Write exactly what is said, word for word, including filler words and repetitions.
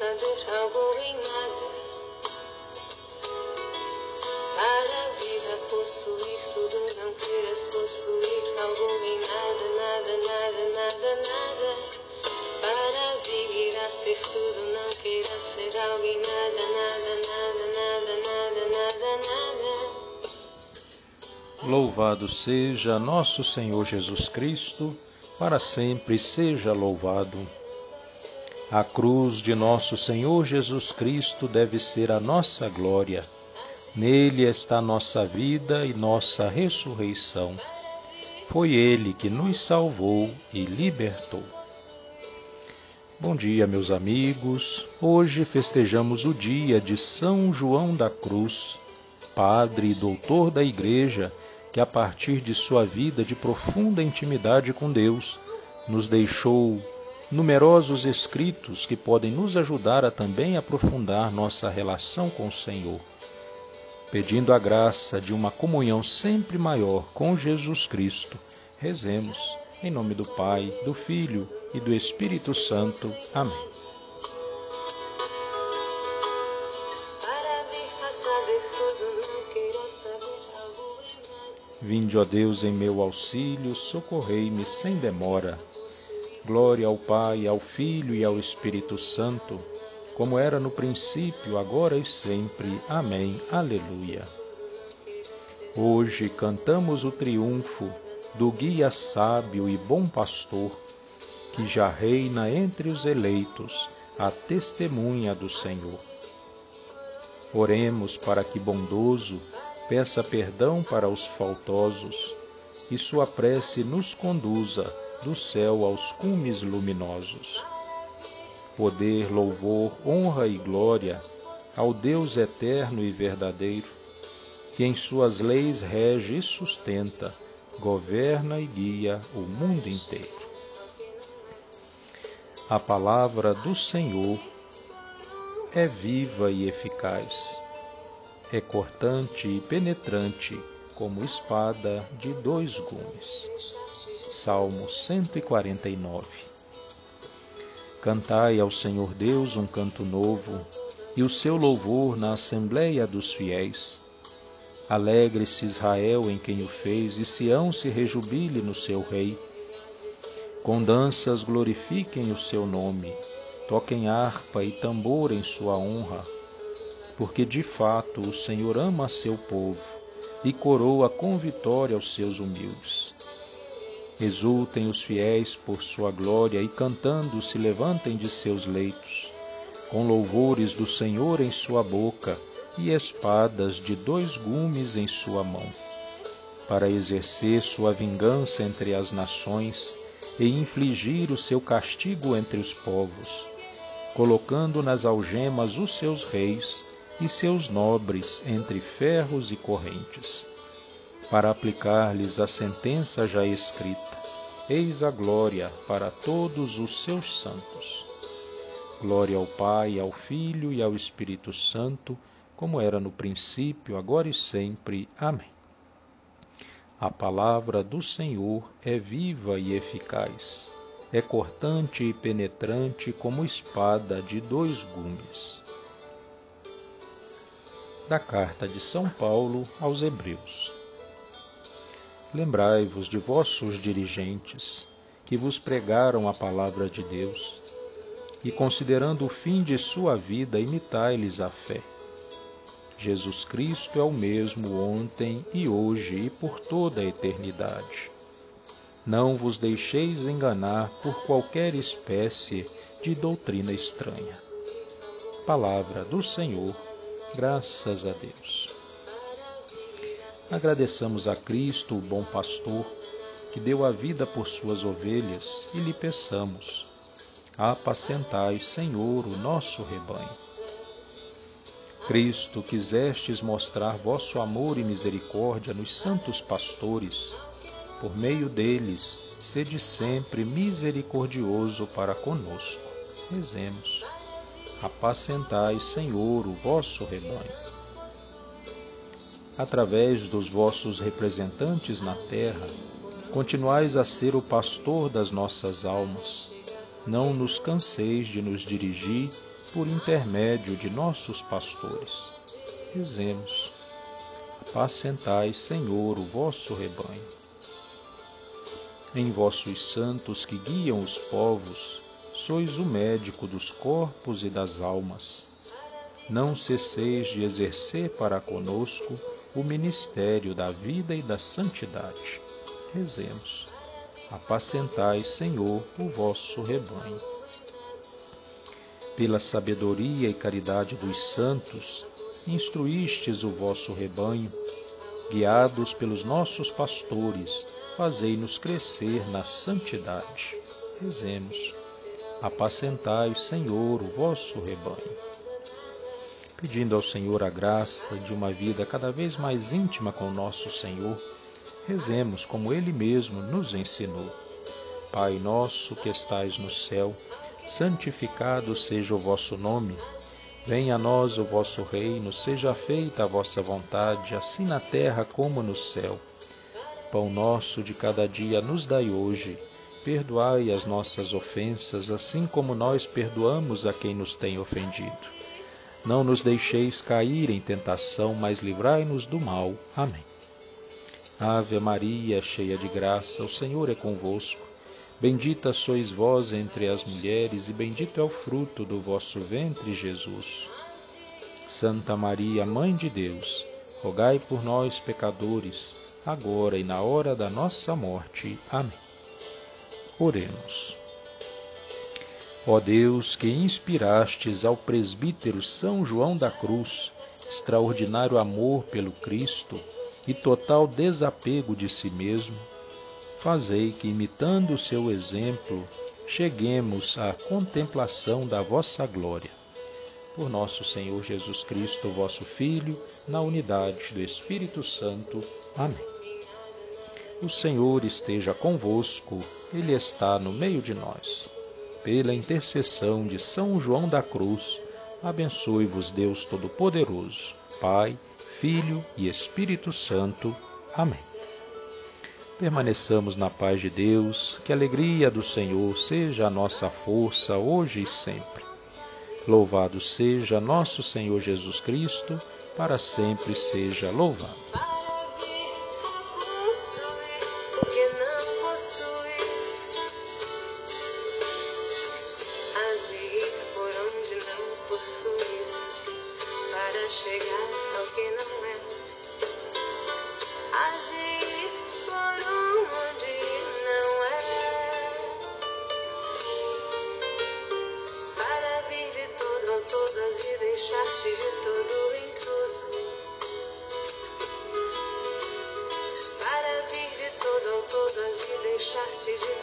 saber algo em nada. Para a vida possuir tudo, não queiras possuir algo em nada, nada, nada, nada, nada. Para vir a ser tudo, não queiras ser algo em nada, nada, nada, nada, nada, nada, nada. Louvado seja nosso Senhor Jesus Cristo, para sempre seja louvado. A cruz de nosso Senhor Jesus Cristo deve ser a nossa glória. Nele está nossa vida e nossa ressurreição. Foi Ele que nos salvou e libertou. Bom dia, meus amigos. Hoje festejamos o dia de São João da Cruz, padre e doutor da Igreja, que a partir de sua vida de profunda intimidade com Deus, nos deixou numerosos escritos que podem nos ajudar a também aprofundar nossa relação com o Senhor. Pedindo a graça de uma comunhão sempre maior com Jesus Cristo, rezemos em nome do Pai, do Filho e do Espírito Santo. Amém. Vinde, ó Deus, em meu auxílio, socorrei-me sem demora. Glória ao Pai, ao Filho e ao Espírito Santo, como era no princípio, agora e sempre. Amém. Aleluia. Hoje cantamos o triunfo do guia sábio e bom pastor, que já reina entre os eleitos, a testemunha do Senhor. Oremos para que bondoso peça perdão para os faltosos e sua prece nos conduza do céu aos cumes luminosos. Poder, louvor, honra e glória ao Deus eterno e verdadeiro, que em suas leis rege e sustenta, governa e guia o mundo inteiro. A palavra do Senhor é viva e eficaz, é cortante e penetrante como espada de dois gumes. Salmo cento e quarenta e nove. Cantai ao Senhor Deus um canto novo, e o seu louvor na assembleia dos fiéis. Alegre-se Israel em quem o fez, e Sião se rejubile no seu rei. Com danças glorifiquem o seu nome, toquem harpa e tambor em sua honra, porque de fato o Senhor ama a seu povo e coroa com vitória os seus humildes. Exultem os fiéis por sua glória e cantando se levantem de seus leitos, com louvores do Senhor em sua boca e espadas de dois gumes em sua mão, para exercer sua vingança entre as nações e infligir o seu castigo entre os povos, colocando nas algemas os seus reis e seus nobres entre ferros e correntes, para aplicar-lhes a sentença já escrita. Eis a glória para todos os seus santos. Glória ao Pai, ao Filho e ao Espírito Santo, como era no princípio, agora e sempre. Amém. A palavra do Senhor é viva e eficaz, é cortante e penetrante como espada de dois gumes. Da carta de São Paulo aos Hebreus. Lembrai-vos de vossos dirigentes, que vos pregaram a palavra de Deus, e considerando o fim de sua vida, imitai-lhes a fé. Jesus Cristo é o mesmo ontem e hoje e por toda a eternidade. Não vos deixeis enganar por qualquer espécie de doutrina estranha. Palavra do Senhor. Graças a Deus. Agradeçamos a Cristo, o bom pastor, que deu a vida por suas ovelhas, e lhe peçamos: apacentai, Senhor, o nosso rebanho. Cristo, quisestes mostrar vosso amor e misericórdia nos santos pastores, por meio deles, sede sempre misericordioso para conosco. Rezemos. Apacentai, Senhor, o vosso rebanho. Através dos vossos representantes na terra, continuais a ser o pastor das nossas almas. Não nos canseis de nos dirigir por intermédio de nossos pastores. Rezemos. Apacentai, Senhor, o vosso rebanho. Em vossos santos que guiam os povos, sois o médico dos corpos e das almas. Não cesseis de exercer para conosco o ministério da vida e da santidade. Rezemos. Apacentai, Senhor, o vosso rebanho. Pela sabedoria e caridade dos santos, instruístes o vosso rebanho, guiados pelos nossos pastores, fazei-nos crescer na santidade. Rezemos. Apacentai, Senhor, o vosso rebanho. Pedindo ao Senhor a graça de uma vida cada vez mais íntima com nosso Senhor, rezemos como Ele mesmo nos ensinou. Pai nosso que estais no céu, santificado seja o vosso nome. Venha a nós o vosso reino, seja feita a vossa vontade, assim na terra como no céu. Pão nosso de cada dia nos dai hoje. Perdoai as nossas ofensas, assim como nós perdoamos a quem nos tem ofendido. Não nos deixeis cair em tentação, mas livrai-nos do mal. Amém. Ave Maria, cheia de graça, o Senhor é convosco. Bendita sois vós entre as mulheres, e bendito é o fruto do vosso ventre, Jesus. Santa Maria, Mãe de Deus, rogai por nós, pecadores, agora e na hora da nossa morte. Amém. Oremos. Ó Deus, que inspirastes ao presbítero São João da Cruz extraordinário amor pelo Cristo e total desapego de si mesmo, fazei que, imitando o seu exemplo, cheguemos à contemplação da vossa glória. Por nosso Senhor Jesus Cristo, vosso Filho, na unidade do Espírito Santo. Amém. O Senhor esteja convosco, Ele está no meio de nós. Pela intercessão de São João da Cruz, abençoe-vos Deus Todo-Poderoso, Pai, Filho e Espírito Santo. Amém. Permaneçamos na paz de Deus, que a alegria do Senhor seja a nossa força hoje e sempre. Louvado seja nosso Senhor Jesus Cristo, para sempre seja louvado. Para chegar ao que não és, hás de ir por onde não és, para vir de todo ao todas e deixar-te de todo em tudo, para vir de todo ao todas e deixar-te de